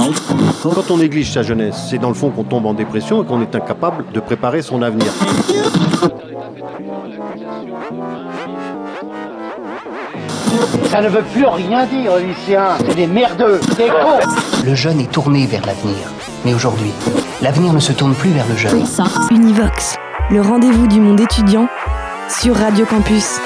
Quand on néglige sa jeunesse, c'est dans le fond qu'on tombe en dépression et qu'on est incapable de préparer son avenir. Ça ne veut plus rien dire, lycéens. C'est des merdeux, des cons. Le jeune est tourné vers l'avenir. Mais aujourd'hui, l'avenir ne se tourne plus vers le jeune. Univox, le rendez-vous du monde étudiant sur Radio Campus.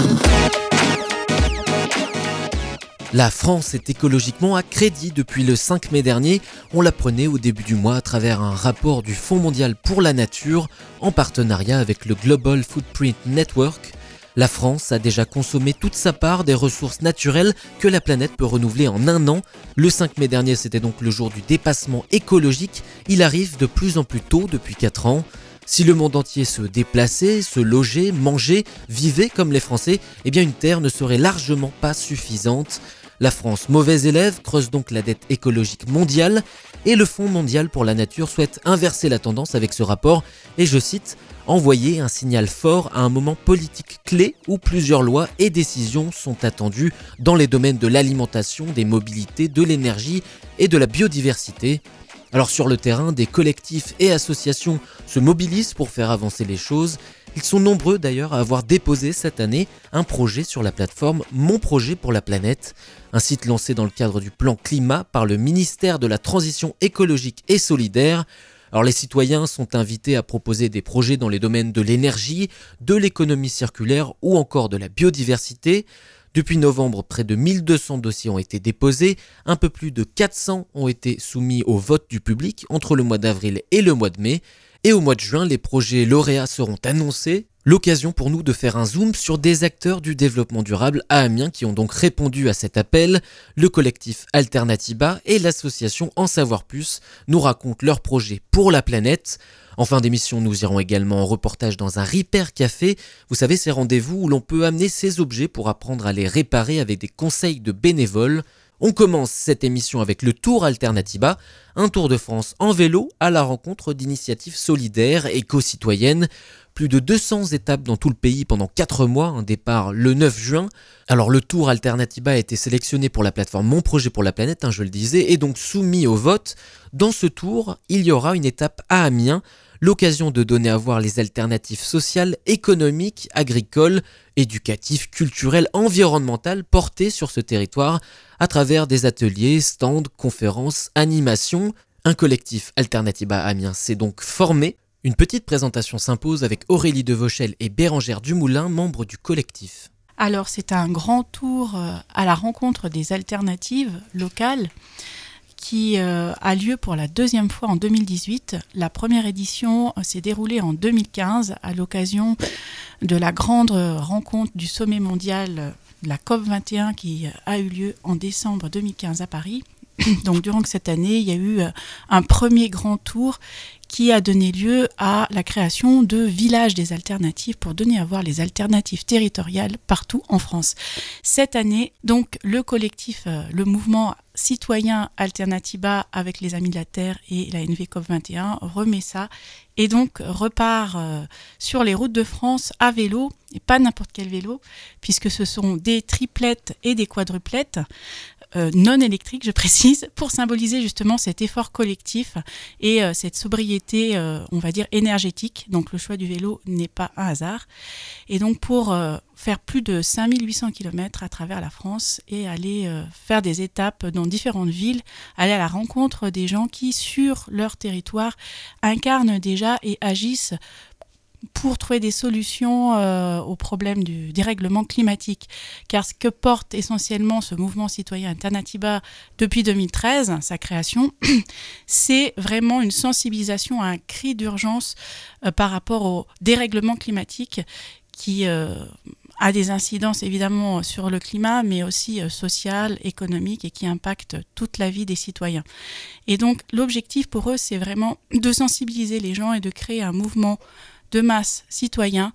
La France est écologiquement à crédit depuis le 5 mai dernier. On l'apprenait au début du mois à travers un rapport du Fonds mondial pour la nature en partenariat avec le Global Footprint Network. La France a déjà consommé toute sa part des ressources naturelles que la planète peut renouveler en un an. Le 5 mai dernier, c'était donc le jour du dépassement écologique. Il arrive de plus en plus tôt depuis 4 ans. Si le monde entier se déplaçait, se logeait, mangeait, vivait comme les Français, eh bien une terre ne serait largement pas suffisante. La France, mauvais élève, creuse donc la dette écologique mondiale et le Fonds mondial pour la nature souhaite inverser la tendance avec ce rapport et, je cite, envoyer un signal fort à un moment politique clé où plusieurs lois et décisions sont attendues dans les domaines de l'alimentation, des mobilités, de l'énergie et de la biodiversité. Alors sur le terrain, des collectifs et associations se mobilisent pour faire avancer les choses. Ils sont nombreux d'ailleurs à avoir déposé cette année un projet sur la plateforme Mon projet pour la planète, un site lancé dans le cadre du plan climat par le ministère de la Transition écologique et solidaire. Alors les citoyens sont invités à proposer des projets dans les domaines de l'énergie, de l'économie circulaire ou encore de la biodiversité. Depuis novembre, près de 1200 dossiers ont été déposés, un peu plus de 400 ont été soumis au vote du public entre le mois d'avril et le mois de mai. Et au mois de juin, les projets lauréats seront annoncés. L'occasion pour nous de faire un zoom sur des acteurs du développement durable à Amiens qui ont donc répondu à cet appel. Le collectif Alternatiba et l'association En Savoir Plus nous racontent leurs projets pour la planète. En fin d'émission, nous irons également en reportage dans un Repair Café. Vous savez, ces rendez-vous où l'on peut amener ses objets pour apprendre à les réparer avec des conseils de bénévoles. On commence cette émission avec le Tour Alternatiba, un tour de France en vélo à la rencontre d'initiatives solidaires et éco-citoyennes. Plus de 200 étapes dans tout le pays pendant 4 mois, un départ le 9 juin. Alors le Tour Alternatiba a été sélectionné pour la plateforme Mon projet pour la planète, je le disais, et donc soumis au vote. Dans ce tour, il y aura une étape à Amiens, l'occasion de donner à voir les alternatives sociales, économiques, agricoles, éducatives, culturelles, environnementales portées sur ce territoire à travers des ateliers, stands, conférences, animations. Un collectif Alternatiba Amiens s'est donc formé. Une petite présentation s'impose avec Aurélie Devauchel et Bérangère Dumoulin, membres du collectif. Alors c'est un grand tour à la rencontre des alternatives locales qui a lieu pour la 2e fois en 2018. La première édition s'est déroulée en 2015 à l'occasion de la grande rencontre du sommet mondial de la COP21 qui a eu lieu en décembre 2015 à Paris. Donc durant cette année, il y a eu un premier grand tour qui a donné lieu à la création de villages des alternatives pour donner à voir les alternatives territoriales partout en France. Cette année, donc, le collectif, le mouvement citoyen Alternatiba avec les Amis de la Terre et la NV COP21 remet ça et donc repart sur les routes de France à vélo, et pas n'importe quel vélo, puisque ce sont des triplettes et des quadruplettes, non électriques, je précise, pour symboliser justement cet effort collectif et cette sobriété, on va dire, énergétique. Donc le choix du vélo n'est pas un hasard. Et donc pour faire plus de 5800 km à travers la France et aller faire des étapes dans différentes villes, aller à la rencontre des gens qui, sur leur territoire, incarnent déjà et agissent pour trouver des solutions aux problèmes du dérèglement climatique. Car ce que porte essentiellement ce mouvement citoyen Alternatiba depuis 2013, sa création, c'est vraiment une sensibilisation à un cri d'urgence par rapport au dérèglement climatique qui a des incidences évidemment sur le climat, mais aussi social, économique et qui impacte toute la vie des citoyens. Et donc l'objectif pour eux, c'est vraiment de sensibiliser les gens et de créer un mouvement de masse citoyen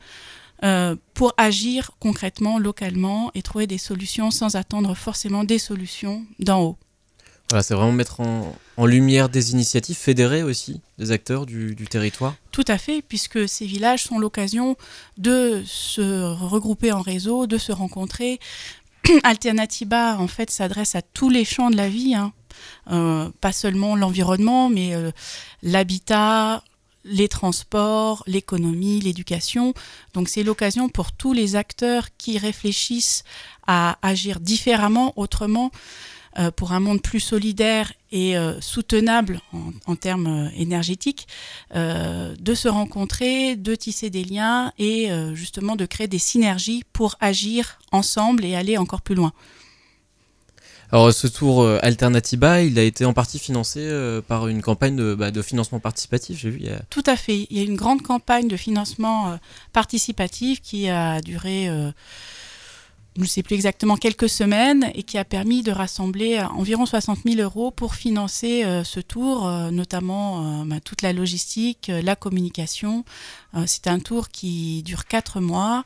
pour agir concrètement, localement et trouver des solutions sans attendre forcément des solutions d'en haut. Voilà, c'est vraiment mettre en lumière des initiatives fédérées aussi, des acteurs du territoire. Tout à fait, puisque ces villages sont l'occasion de se regrouper en réseau, de se rencontrer. Alternatiba, en fait, s'adresse à tous les champs de la vie, pas seulement l'environnement, mais l'habitat, les transports, l'économie, l'éducation. Donc c'est l'occasion pour tous les acteurs qui réfléchissent à agir différemment, autrement, pour un monde plus solidaire et soutenable en termes énergétiques, de se rencontrer, de tisser des liens et justement de créer des synergies pour agir ensemble et aller encore plus loin. Alors ce tour Alternatiba, il a été en partie financé par une campagne de financement participatif, j'ai vu. Tout à fait. Il y a une grande campagne de financement participatif qui a duré, je ne sais plus exactement, quelques semaines et qui a permis de rassembler environ 60 000 € pour financer ce tour, notamment toute la logistique, la communication. C'est un tour qui dure 4 mois.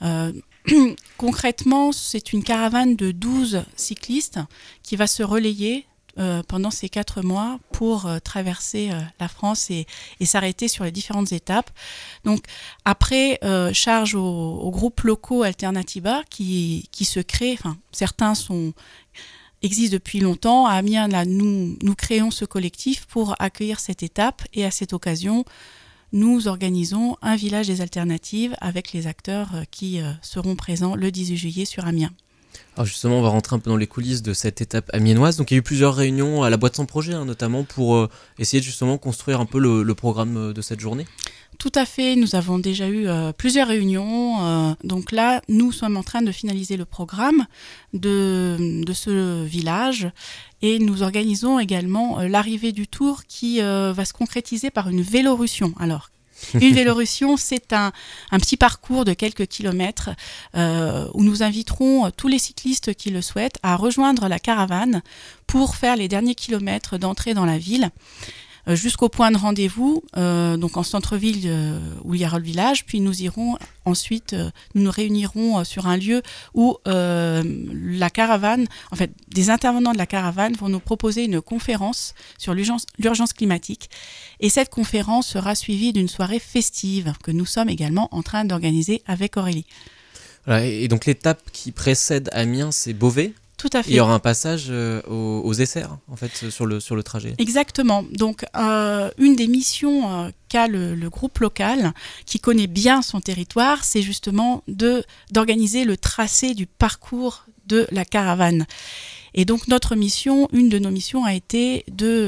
Concrètement, c'est une caravane de 12 cyclistes qui va se relayer pendant ces 4 mois pour traverser la France et s'arrêter sur les différentes étapes. Donc après, charge aux groupes locaux Alternatiba qui se créent, certains existent depuis longtemps. À Amiens, là, nous créons ce collectif pour accueillir cette étape et à cette occasion, nous organisons un village des alternatives avec les acteurs qui seront présents le 18 juillet sur Amiens. Alors justement, on va rentrer un peu dans les coulisses de cette étape amiénoise. Donc il y a eu plusieurs réunions à la boîte sans projet, notamment pour essayer de justement construire un peu le programme de cette journée. Tout à fait, nous avons déjà eu plusieurs réunions. Donc là, nous sommes en train de finaliser le programme de ce village et nous organisons également l'arrivée du tour qui va se concrétiser par une vélorussion. Alors, une vélorussion, c'est un petit parcours de quelques kilomètres où nous inviterons tous les cyclistes qui le souhaitent à rejoindre la caravane pour faire les derniers kilomètres d'entrée dans la ville. Jusqu'au point de rendez-vous, donc en centre-ville où il y aura le village, puis nous irons ensuite, nous nous réunirons sur un lieu où la caravane, en fait, des intervenants de la caravane vont nous proposer une conférence sur l'urgence climatique. Et cette conférence sera suivie d'une soirée festive que nous sommes également en train d'organiser avec Aurélie. Voilà, et donc l'étape qui précède Amiens, c'est Beauvais. Tout à fait. Il y aura un passage aux Essers, en fait, sur le trajet. Exactement. Donc, une des missions qu'a le groupe local, qui connaît bien son territoire, c'est justement d'organiser le tracé du parcours de la caravane. Et donc, une de nos missions a été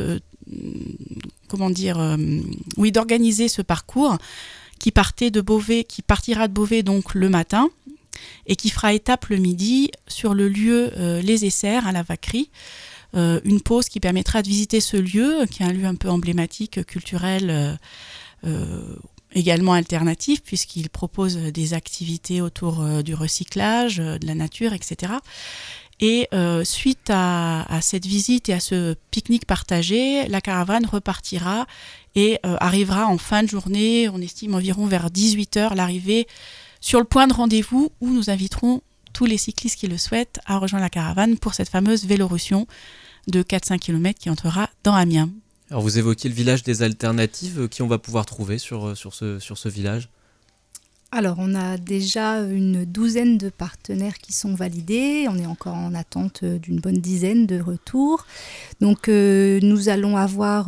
d'organiser ce parcours qui partira de Beauvais donc le matin, et qui fera étape le midi sur le lieu Les Essers à la Vacquerie. Une pause qui permettra de visiter ce lieu, qui est un lieu un peu emblématique, culturel, également alternatif, puisqu'il propose des activités autour du recyclage, de la nature, etc. Et suite à cette visite et à ce pique-nique partagé, la caravane repartira et arrivera en fin de journée, on estime environ vers 18h, l'arrivée sur le point de rendez-vous où nous inviterons tous les cyclistes qui le souhaitent à rejoindre la caravane pour cette fameuse vélorussion de 4-5 km qui entrera dans Amiens. Alors vous évoquiez le village des alternatives, qui on va pouvoir trouver sur ce village ? Alors on a déjà une douzaine de partenaires qui sont validés, on est encore en attente d'une bonne dizaine de retours. Donc nous allons avoir...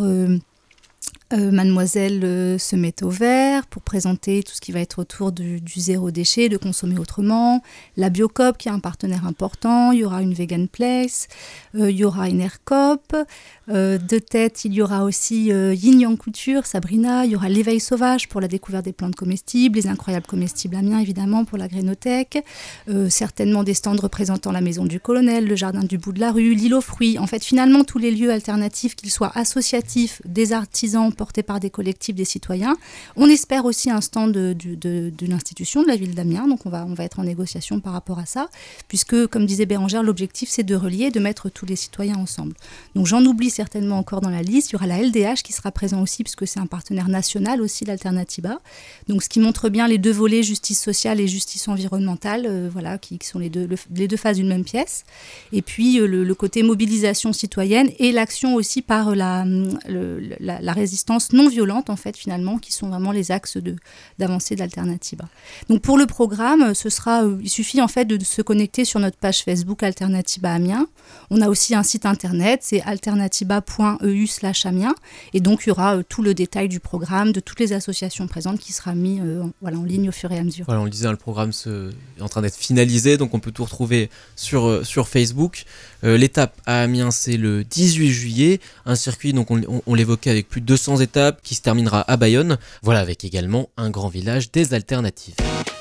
Mademoiselle se met au vert pour présenter tout ce qui va être autour du zéro déchet, de consommer autrement. La Biocop qui est un partenaire important. Il y aura une Vegan Place. Il y aura une Aircop. De tête, il y aura aussi Yin Yang Couture, Sabrina. Il y aura l'Éveil Sauvage pour la découverte des plantes comestibles. Les Incroyables Comestibles Amiens, évidemment, pour la Grénothèque. Certainement des stands représentant la Maison du Colonel, le Jardin du Bout de la Rue, l'île aux fruits. En fait, finalement, tous les lieux alternatifs, qu'ils soient associatifs, des artisans, portés par des collectifs, des citoyens. On espère aussi un stand de l'institution de la ville d'Amiens, donc on va être en négociation par rapport à ça, puisque, comme disait Bérangère, l'objectif c'est de relier, de mettre tous les citoyens ensemble. Donc j'en oublie certainement encore dans la liste. Il y aura la LDH qui sera présent aussi, puisque c'est un partenaire national aussi d'Alternatiba. Donc ce qui montre bien les deux volets, justice sociale et justice environnementale, qui sont les deux faces d'une même pièce. Et puis le côté mobilisation citoyenne et l'action aussi par la résistance résistance non violente, en fait, finalement, qui sont vraiment les axes d'avancée d'Alternativa. Donc, pour le programme, il suffit, en fait, de se connecter sur notre page Facebook Alternativa Amiens. On a aussi un site internet, c'est alternativa.eu/Amiens. Et donc, il y aura tout le détail du programme, de toutes les associations présentes qui sera mis en ligne au fur et à mesure. Voilà, on le disait, le programme est en train d'être finalisé, donc on peut tout retrouver sur Facebook. L'étape à Amiens, c'est le 18 juillet. Un circuit, donc on l'évoquait, avec plus de 200 étapes, qui se terminera à Bayonne. Voilà, avec également un grand village des alternatives.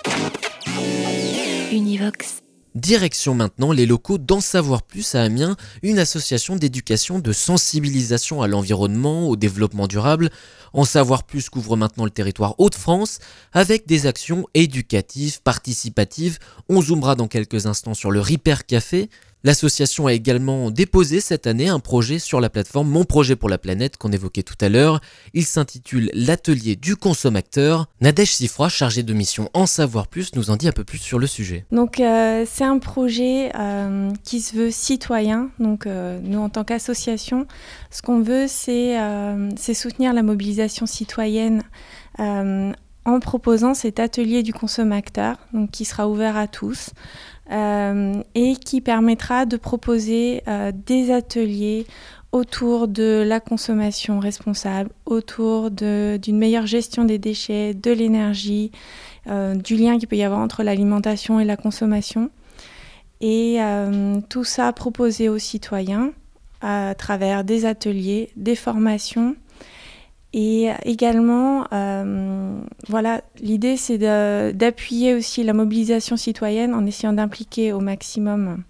Univox. Direction maintenant les locaux d'En Savoir Plus à Amiens, une association d'éducation, de sensibilisation à l'environnement, au développement durable. En Savoir Plus couvre maintenant le territoire Hauts-de-France avec des actions éducatives, participatives. On zoomera dans quelques instants sur le Ripper Café. L'association a également déposé cette année un projet sur la plateforme Mon Projet pour la Planète qu'on évoquait tout à l'heure. Il s'intitule l'Atelier du Consommateur. Nadège Siffroy, chargée de mission En Savoir Plus, nous en dit un peu plus sur le sujet. Donc c'est un projet qui se veut citoyen. Donc nous, en tant qu'association, ce qu'on veut, c'est soutenir la mobilisation citoyenne en proposant cet atelier du consommateur, donc qui sera ouvert à tous. Et qui permettra de proposer des ateliers autour de la consommation responsable, autour d'une meilleure gestion des déchets, de l'énergie, du lien qu'il peut y avoir entre l'alimentation et la consommation. Et tout ça proposé aux citoyens à travers des ateliers, des formations. Et également, l'idée, c'est d'appuyer aussi la mobilisation citoyenne en essayant d'impliquer au maximum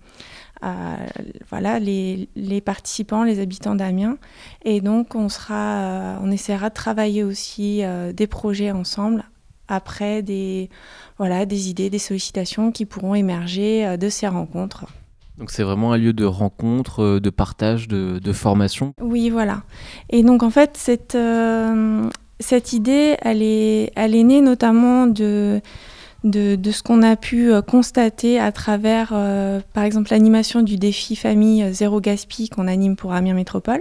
les participants, les habitants d'Amiens. Et donc, on essaiera de travailler aussi des projets ensemble après des idées, des sollicitations qui pourront émerger de ces rencontres. Donc c'est vraiment un lieu de rencontre, de partage, de formation. Oui, voilà. Et donc en fait, cette idée, elle est née notamment de ce qu'on a pu constater à travers, par exemple, l'animation du défi famille Zéro Gaspille qu'on anime pour Amiens Métropole,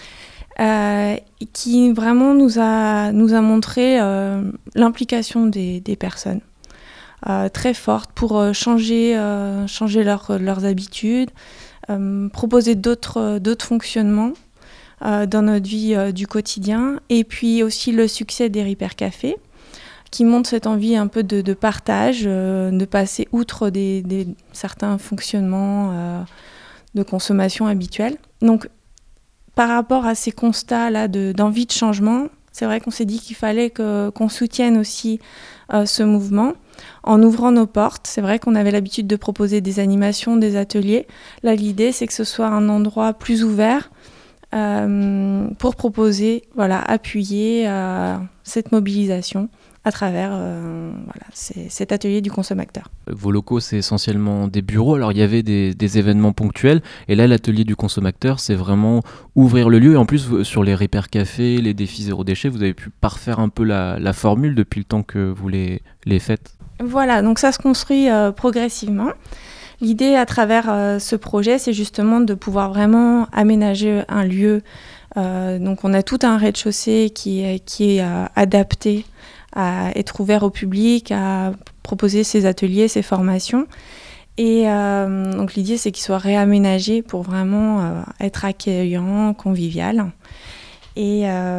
qui vraiment nous a montré l'implication des personnes. Très forte pour changer leurs habitudes, proposer d'autres fonctionnements dans notre vie du quotidien. Et puis aussi le succès des Ripper Café, qui montre cette envie un peu de partage, de passer outre certains fonctionnements de consommation habituels. Donc, par rapport à ces constats-là d'envie de changement, c'est vrai qu'on s'est dit qu'il fallait qu'on soutienne aussi ce mouvement en ouvrant nos portes. C'est vrai qu'on avait l'habitude de proposer des animations, des ateliers. Là, l'idée, c'est que ce soit un endroit plus ouvert pour proposer, appuyer cette mobilisation à travers cet atelier du consommateur. Vos locaux, c'est essentiellement des bureaux. Alors, il y avait des événements ponctuels. Et là, l'atelier du consommateur, c'est vraiment ouvrir le lieu. Et en plus, sur les Ripper Café, les défis zéro déchet, vous avez pu parfaire un peu la formule depuis le temps que vous les faites. Voilà, donc ça se construit progressivement. L'idée à travers ce projet, c'est justement de pouvoir vraiment aménager un lieu. Donc on a tout un rez-de-chaussée qui est adapté à être ouvert au public, à proposer ces ateliers, ces formations. Et donc l'idée, c'est qu'il soit réaménagé pour vraiment être accueillant, convivial. Et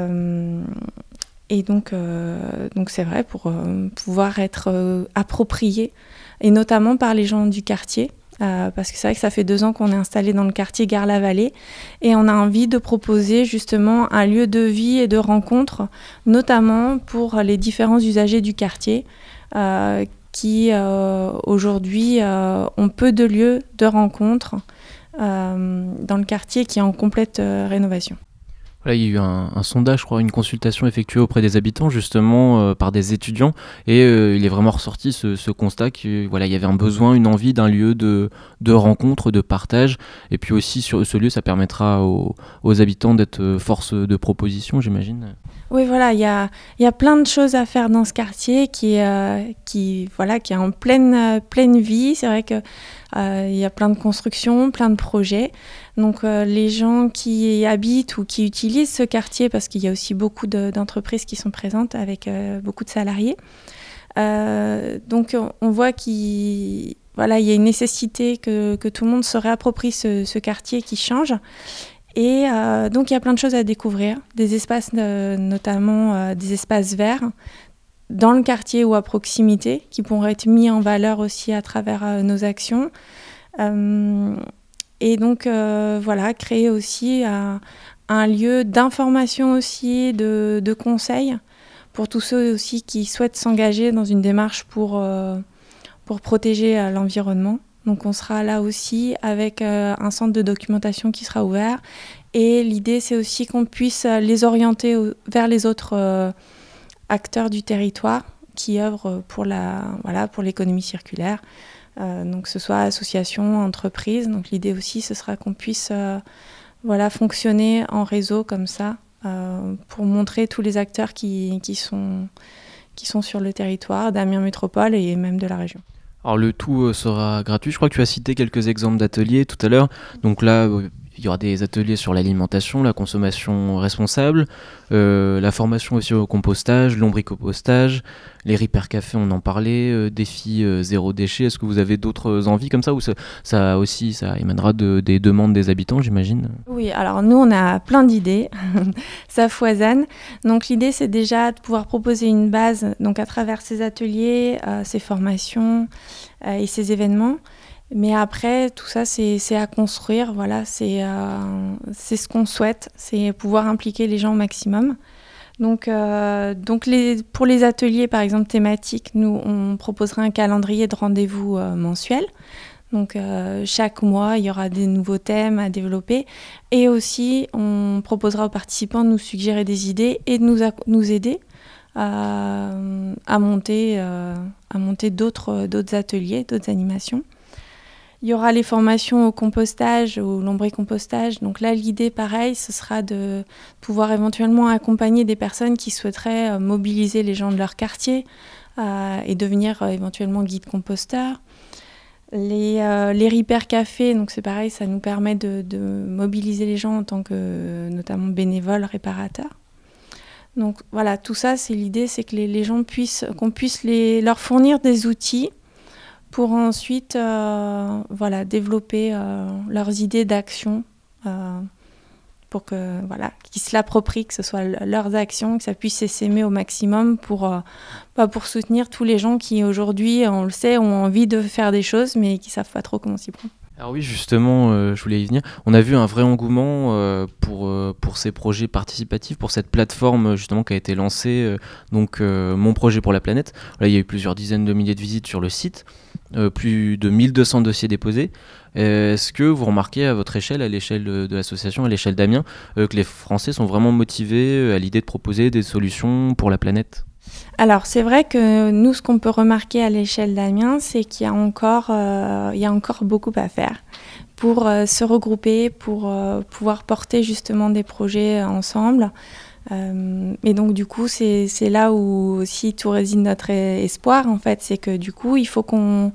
donc c'est vrai, pour pouvoir être approprié, et notamment par les gens du quartier, parce que c'est vrai que ça fait 2 ans qu'on est installé dans le quartier Gare-la-Vallée, et on a envie de proposer justement un lieu de vie et de rencontre, notamment pour les différents usagers du quartier, qui aujourd'hui ont peu de lieux de rencontre dans le quartier qui est en complète rénovation. Là, il y a eu un sondage, je crois, une consultation effectuée auprès des habitants, justement, par des étudiants. Et il est vraiment ressorti ce constat qu'il y avait un besoin, une envie d'un lieu de rencontre, de partage. Et puis aussi, sur ce lieu, ça permettra aux habitants d'être force de proposition, j'imagine. Oui, voilà, il y a plein de choses à faire dans ce quartier qui est en pleine vie. C'est vrai que il y a plein de constructions, plein de projets. Donc les gens qui y habitent ou qui utilisent ce quartier, parce qu'il y a aussi beaucoup d'entreprises qui sont présentes avec beaucoup de salariés. Donc on voit qu'il y a une nécessité que tout le monde se réapproprie ce quartier qui change. Et donc il y a plein de choses à découvrir, des espaces, notamment des espaces verts dans le quartier ou à proximité, qui pourront être mis en valeur aussi à travers nos actions. Et donc, créer aussi un lieu d'information aussi, de conseils pour tous ceux aussi qui souhaitent s'engager dans une démarche pour protéger l'environnement. Donc, on sera là aussi avec un centre de documentation qui sera ouvert. Et l'idée, c'est aussi qu'on puisse les orienter vers les autres acteurs du territoire qui œuvrent pour l'économie circulaire. Donc que ce soit association, entreprise. Donc l'idée aussi, ce sera qu'on puisse fonctionner en réseau comme ça pour montrer tous les acteurs qui sont sur le territoire d'Amiens Métropole et même de la région. Alors le tout sera gratuit. Je crois que tu as cité quelques exemples d'ateliers tout à l'heure. Donc là, il y aura des ateliers sur l'alimentation, la consommation responsable, la formation aussi au compostage, lombricompostage, les Repair Café, on en parlait, défi zéro déchet. Est-ce que vous avez d'autres envies comme ça ou ça émanera des demandes des habitants, j'imagine ? Oui, alors nous, on a plein d'idées. Ça foisonne. Donc l'idée, c'est déjà de pouvoir proposer une base donc à travers ces ateliers, ces formations et ces événements. Mais après, tout ça, c'est à construire. Voilà, c'est ce qu'on souhaite, c'est pouvoir impliquer les gens au maximum. Donc pour les ateliers, par exemple, thématiques, nous, on proposera un calendrier de rendez-vous mensuel. Donc chaque mois, il y aura des nouveaux thèmes à développer. Et aussi, on proposera aux participants de nous suggérer des idées et de nous aider à monter d'autres ateliers, d'autres animations. Il y aura les formations au compostage, au lombricompostage. Donc là, l'idée, pareil, ce sera de pouvoir éventuellement accompagner des personnes qui souhaiteraient mobiliser les gens de leur quartier et devenir éventuellement guide composteur. Les Repair Café, donc c'est pareil, ça nous permet de mobiliser les gens en tant que notamment bénévoles réparateurs. Donc voilà, tout ça, c'est l'idée, c'est que les gens qu'on puisse leur fournir des outils pour ensuite développer leurs idées d'action pour qu'ils se l'approprient, que ce soit leurs actions, que ça puisse s'essaimer au maximum pour soutenir tous les gens qui aujourd'hui, on le sait, ont envie de faire des choses mais qui ne savent pas trop comment s'y prendre. Alors oui, justement, je voulais y venir. On a vu un vrai engouement pour ces projets participatifs, pour cette plateforme justement qui a été lancée, Mon projet pour la planète. Là, il y a eu plusieurs dizaines de milliers de visites sur le site, plus de 1200 dossiers déposés. Est-ce que vous remarquez à votre échelle, à l'échelle de l'association, à l'échelle d'Amiens, que les Français sont vraiment motivés à l'idée de proposer des solutions pour la planète ? Alors, c'est vrai que nous, ce qu'on peut remarquer à l'échelle d'Amiens, c'est qu'il y a encore beaucoup à faire pour se regrouper, pour pouvoir porter justement des projets ensemble. Et donc, du coup, c'est là où aussi tout réside notre espoir, en fait. C'est que, du coup, il faut qu'on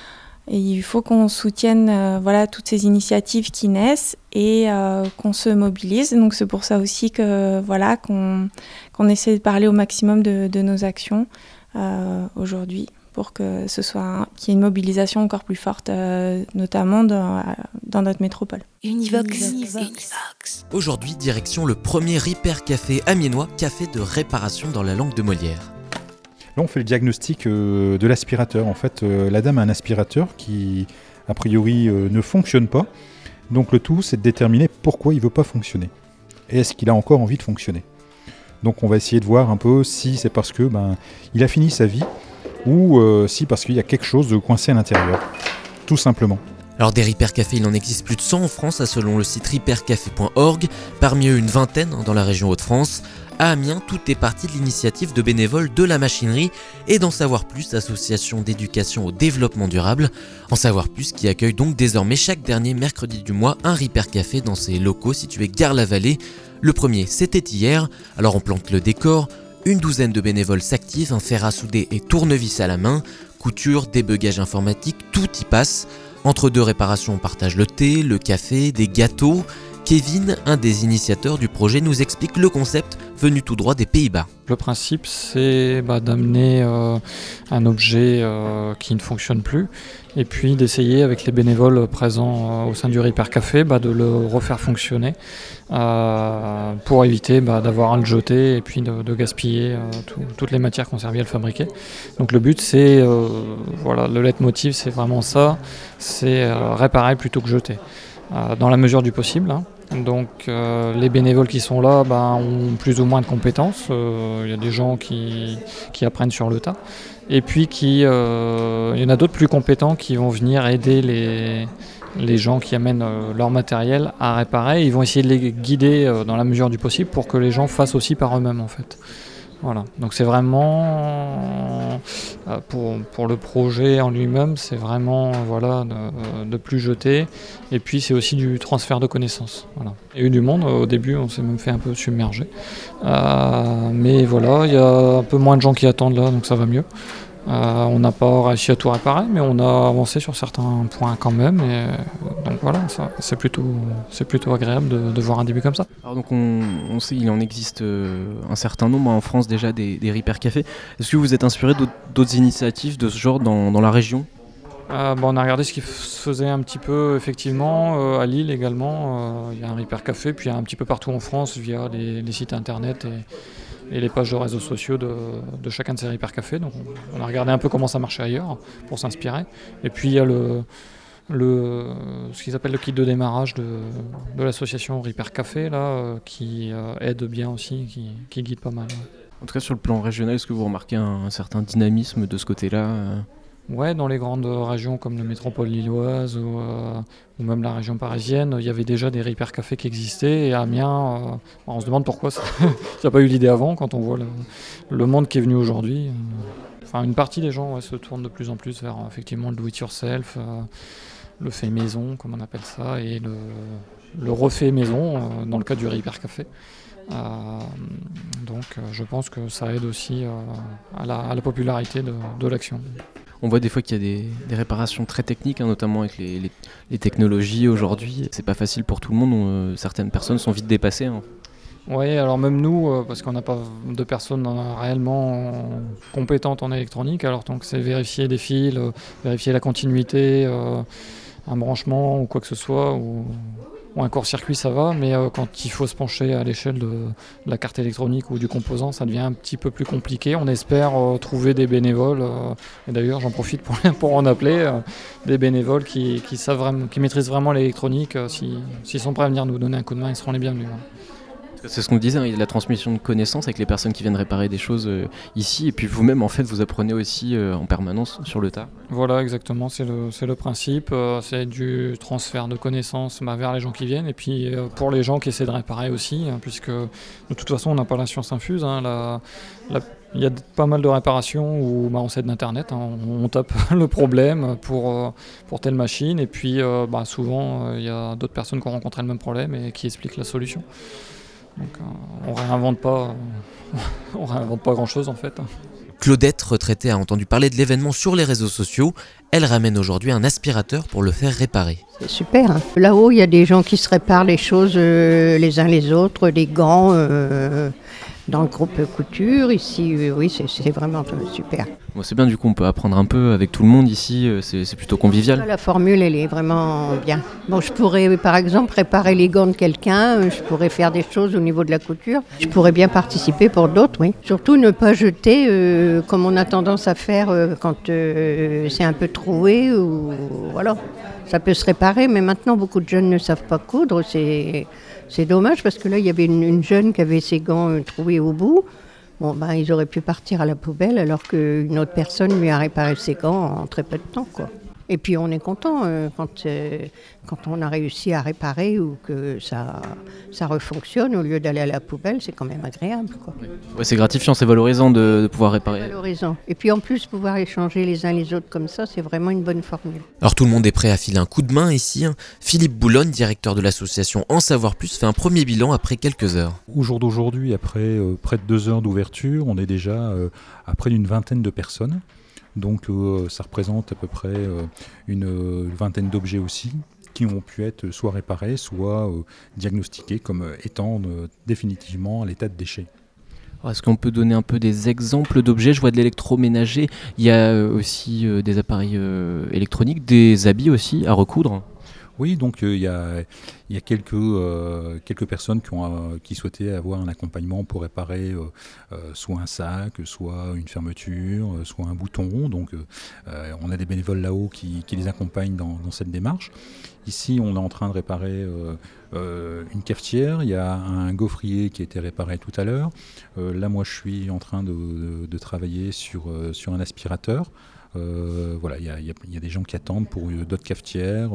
soutienne toutes ces initiatives qui naissent et qu'on se mobilise. Donc c'est pour ça aussi que qu'on essaie de parler au maximum de nos actions aujourd'hui pour que qu'il y ait une mobilisation encore plus forte, notamment dans notre métropole. Univox. Aujourd'hui, direction le premier Repair Café amiénois, café de réparation dans la langue de Molière. Là, on fait le diagnostic de l'aspirateur. En fait, la dame a un aspirateur qui, a priori, ne fonctionne pas. Donc le tout, c'est de déterminer pourquoi il ne veut pas fonctionner. Et est-ce qu'il a encore envie de fonctionner ? Donc on va essayer de voir un peu si c'est parce que il a fini sa vie ou si parce qu'il y a quelque chose de coincé à l'intérieur. Tout simplement. Alors des Repair Café, il en existe plus de 100 en France, selon le site repaircafé.org, parmi eux une vingtaine dans la région Hauts-de-France. À Amiens, tout est parti de l'initiative de bénévoles de la machinerie et d'en savoir plus, association d'éducation au développement durable. En savoir plus qui accueille donc désormais chaque dernier mercredi du mois un Repair Café dans ses locaux situés Gare-la-Vallée. Le premier, c'était hier, alors on plante le décor, une douzaine de bénévoles s'activent, un fer à souder et tournevis à la main, couture, débugage informatique, tout y passe. Entre deux réparations, on partage le thé, le café, des gâteaux. Kevin, un des initiateurs du projet, nous explique le concept venu tout droit des Pays-Bas. Le principe, c'est d'amener un objet qui ne fonctionne plus et puis d'essayer avec les bénévoles présents au sein du Repair Café de le refaire fonctionner pour éviter d'avoir à le jeter et puis de gaspiller toutes les matières qu'on servi à le fabriquer. Donc le but, c'est, le leitmotiv, c'est vraiment ça, c'est réparer plutôt que jeter, dans la mesure du possible. Donc les bénévoles qui sont là ont plus ou moins de compétences. Il y a des gens qui apprennent sur le tas. Et puis il y en a d'autres plus compétents qui vont venir aider les gens qui amènent leur matériel à réparer. Ils vont essayer de les guider dans la mesure du possible pour que les gens fassent aussi par eux-mêmes en fait. Voilà, donc c'est vraiment, pour le projet en lui-même, c'est vraiment de plus jeter, et puis c'est aussi du transfert de connaissances. Voilà. Il y a eu du monde, au début on s'est même fait un peu submerger, mais voilà, il y a un peu moins de gens qui attendent là, donc ça va mieux. On n'a pas réussi à tout réparer, mais on a avancé sur certains points quand même, et donc voilà, c'est plutôt agréable de voir un début comme ça. Alors donc on sait qu'il en existe un certain nombre en France déjà des Repair Café. Est-ce que vous êtes inspiré d'autres initiatives de ce genre dans la région ? On a regardé ce qui se faisait un petit peu effectivement à Lille également. Il y a un Repair Café, puis il y a un petit peu partout en France via les sites internet et les pages de réseaux sociaux de chacun de ces Repair Cafés. Donc on a regardé un peu comment ça marchait ailleurs pour s'inspirer. Et puis il y a ce qu'ils appellent le kit de démarrage de l'association Repair Café qui aide bien aussi, qui guide pas mal. En tout cas sur le plan régional, est-ce que vous remarquez un certain dynamisme de ce côté-là ? Ouais, dans les grandes régions comme la métropole lilloise ou même la région parisienne, il y avait déjà des Repair Café qui existaient. Et à Amiens, on se demande pourquoi ça n'a pas eu l'idée avant quand on voit le monde qui est venu aujourd'hui. Une partie des gens se tournent de plus en plus vers effectivement le do-it-yourself, le fait maison, comme on appelle ça, et le refait maison dans le cas du Repair Café. Donc je pense que ça aide aussi à la popularité de l'action. On voit des fois qu'il y a des réparations très techniques, notamment avec les technologies aujourd'hui. C'est pas facile pour tout le monde, certaines personnes sont vite dépassées. Oui, alors même nous, parce qu'on n'a pas de personnes réellement compétentes en électronique, alors donc c'est vérifier des fils, vérifier la continuité, un branchement ou quoi que ce soit, ou un court-circuit ça va, mais quand il faut se pencher à l'échelle de la carte électronique ou du composant, ça devient un petit peu plus compliqué. On espère trouver des bénévoles, et d'ailleurs j'en profite pour en appeler, des bénévoles qui savent vraiment, qui maîtrisent vraiment l'électronique. S'ils sont prêts à venir nous donner un coup de main, ils seront les bienvenus. C'est ce qu'on disait, il y a la transmission de connaissances avec les personnes qui viennent réparer des choses ici, et puis vous-même en fait vous apprenez aussi en permanence sur le tas. Voilà, exactement, c'est le principe, c'est du transfert de connaissances vers les gens qui viennent, et puis pour les gens qui essaient de réparer aussi, puisque de toute façon on n'a pas la science infuse. Il y a pas mal de réparations où on s'aide d'internet, on tape le problème pour telle machine, et puis souvent il y a d'autres personnes qui ont rencontré le même problème et qui expliquent la solution. Donc on réinvente pas grand-chose en fait. Claudette, retraitée, a entendu parler de l'événement sur les réseaux sociaux. Elle ramène aujourd'hui un aspirateur pour le faire réparer. C'est super. Là-haut, il y a des gens qui se réparent les choses les uns les autres, les gants dans le groupe couture. Ici, oui, c'est vraiment super. Bon, c'est bien, du coup, on peut apprendre un peu avec tout le monde ici. C'est plutôt convivial. La formule, elle est vraiment bien. Bon, je pourrais, par exemple, réparer les gants de quelqu'un. Je pourrais faire des choses au niveau de la couture. Je pourrais bien participer pour d'autres, oui. Surtout ne pas jeter comme on a tendance à faire quand c'est un peu troué. Ou voilà. Ça peut se réparer, mais maintenant, beaucoup de jeunes ne savent pas coudre. C'est dommage parce que là, il y avait une jeune qui avait ses gants troués au bout. Bon, ils auraient pu partir à la poubelle alors qu'une autre personne lui a réparé ses gants en très peu de temps, quoi. Et puis on est content quand on a réussi à réparer ou que ça refonctionne au lieu d'aller à la poubelle, c'est quand même agréable, quoi. Ouais, c'est gratifiant, c'est valorisant de pouvoir réparer. C'est valorisant. Et puis en plus, pouvoir échanger les uns les autres comme ça, c'est vraiment une bonne formule. Alors tout le monde est prêt à filer un coup de main ici. Philippe Boulogne, directeur de l'association En Savoir Plus, fait un premier bilan après quelques heures. Au jour d'aujourd'hui, après près de 2 heures d'ouverture, on est déjà à près d'une vingtaine de personnes. Donc ça représente à peu près une vingtaine d'objets aussi, qui ont pu être soit réparés, soit diagnostiqués comme étant définitivement à l'état de déchet. Est-ce qu'on peut donner un peu des exemples d'objets ? Je vois de l'électroménager, il y a aussi des appareils électroniques, des habits aussi à recoudre. Oui, donc il y a quelques personnes qui souhaitaient avoir un accompagnement pour réparer soit un sac, soit une fermeture, soit un bouton. Donc on a des bénévoles là-haut qui les accompagnent dans cette démarche. Ici, on est en train de réparer une cafetière. Il y a un gaufrier qui a été réparé tout à l'heure. Là, moi, je suis en train de travailler sur un aspirateur. Voilà, il y a des gens qui attendent pour d'autres cafetières,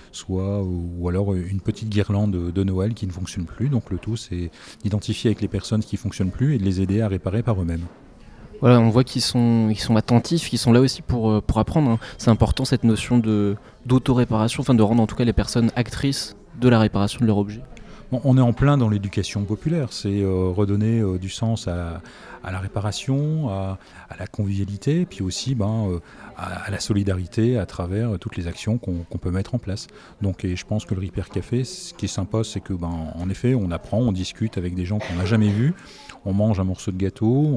ou alors une petite guirlande de Noël qui ne fonctionne plus. Donc le tout, c'est d'identifier avec les personnes qui ne fonctionnent plus et de les aider à réparer par eux-mêmes. Voilà, on voit qu'ils sont attentifs, qu'ils sont là aussi pour apprendre. C'est important cette notion d'auto-réparation, enfin de rendre en tout cas les personnes actrices de la réparation de leur objet. Bon, on est en plein dans l'éducation populaire, c'est redonner du sens à la réparation, à la convivialité, puis aussi à la solidarité à travers toutes les actions qu'on peut mettre en place. Donc, et je pense que le Repair Café, ce qui est sympa, c'est que en effet, on apprend, on discute avec des gens qu'on n'a jamais vus, on mange un morceau de gâteau,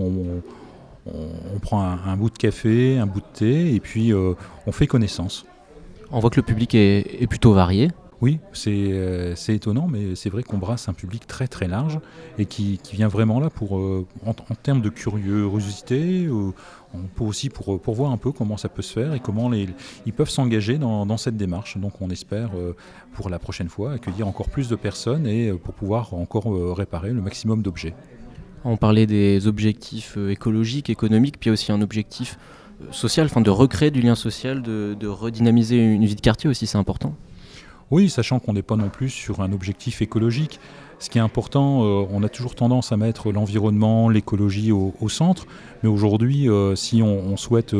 on prend un bout de café, un bout de thé, et puis on fait connaissance. On voit que le public est plutôt varié. Oui, c'est étonnant, mais c'est vrai qu'on brasse un public très très large et qui vient vraiment là pour, en termes de curiosité, aussi pour voir un peu comment ça peut se faire et comment ils peuvent s'engager dans cette démarche. Donc on espère pour la prochaine fois accueillir encore plus de personnes et pour pouvoir encore réparer le maximum d'objets. On parlait des objectifs écologiques, économiques, puis il y a aussi un objectif social, de recréer du lien social, de redynamiser une vie de quartier aussi, c'est important. Oui, sachant qu'on n'est pas non plus sur un objectif écologique. Ce qui est important, on a toujours tendance à mettre l'environnement, l'écologie au centre, mais aujourd'hui, si on souhaite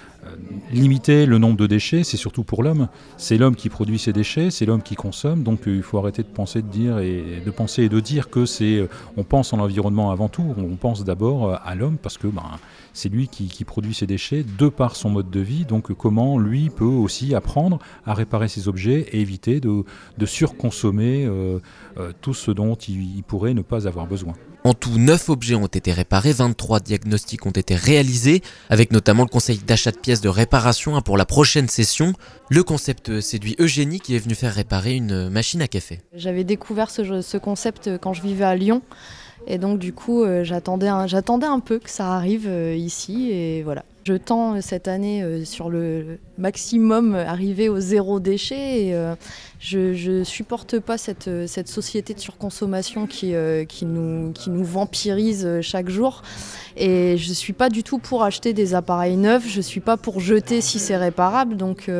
limiter le nombre de déchets, c'est surtout pour l'homme. C'est l'homme qui produit ces déchets, c'est l'homme qui consomme, donc il faut arrêter de penser et de dire que on pense à l'environnement avant tout. On pense d'abord à l'homme parce que c'est lui qui produit ces déchets de par son mode de vie. Donc comment lui peut aussi apprendre à réparer ses objets et éviter de surconsommer tout ce dont il pourrait ne pas avoir besoin. En tout, 9 objets ont été réparés, 23 diagnostics ont été réalisés, avec notamment le conseil d'achat de pièces de réparation pour la prochaine session. Le concept séduit Eugénie qui est venue faire réparer une machine à café. J'avais découvert ce concept quand je vivais à Lyon. Et donc du coup, j'attendais un peu que ça arrive ici et voilà. Je tends cette année sur le maximum arriver au zéro déchet et je supporte pas cette société de surconsommation qui nous vampirise chaque jour. Et je suis pas du tout pour acheter des appareils neufs, je suis pas pour jeter si c'est réparable. Donc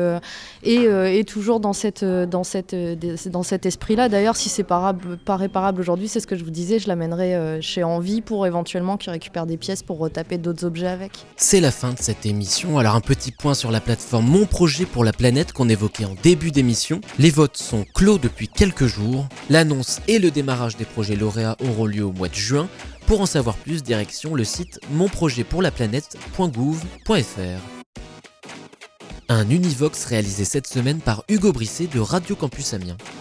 et toujours dans cet esprit-là. D'ailleurs, si c'est pas réparable aujourd'hui, c'est ce que je vous disais, je l'amènerai chez Envie pour éventuellement qu'ils récupèrent des pièces pour retaper d'autres objets avec. C'est la fin de cette émission. Alors un petit point sur la plateforme Mon Projet pour la Planète qu'on évoquait en début d'émission. Les votes sont clos depuis quelques jours. L'annonce et le démarrage des projets lauréats auront lieu au mois de juin. Pour en savoir plus, direction le site monprojetpourlaplanète.gouv.fr. Un Univox réalisé cette semaine par Hugo Brisset de Radio Campus Amiens.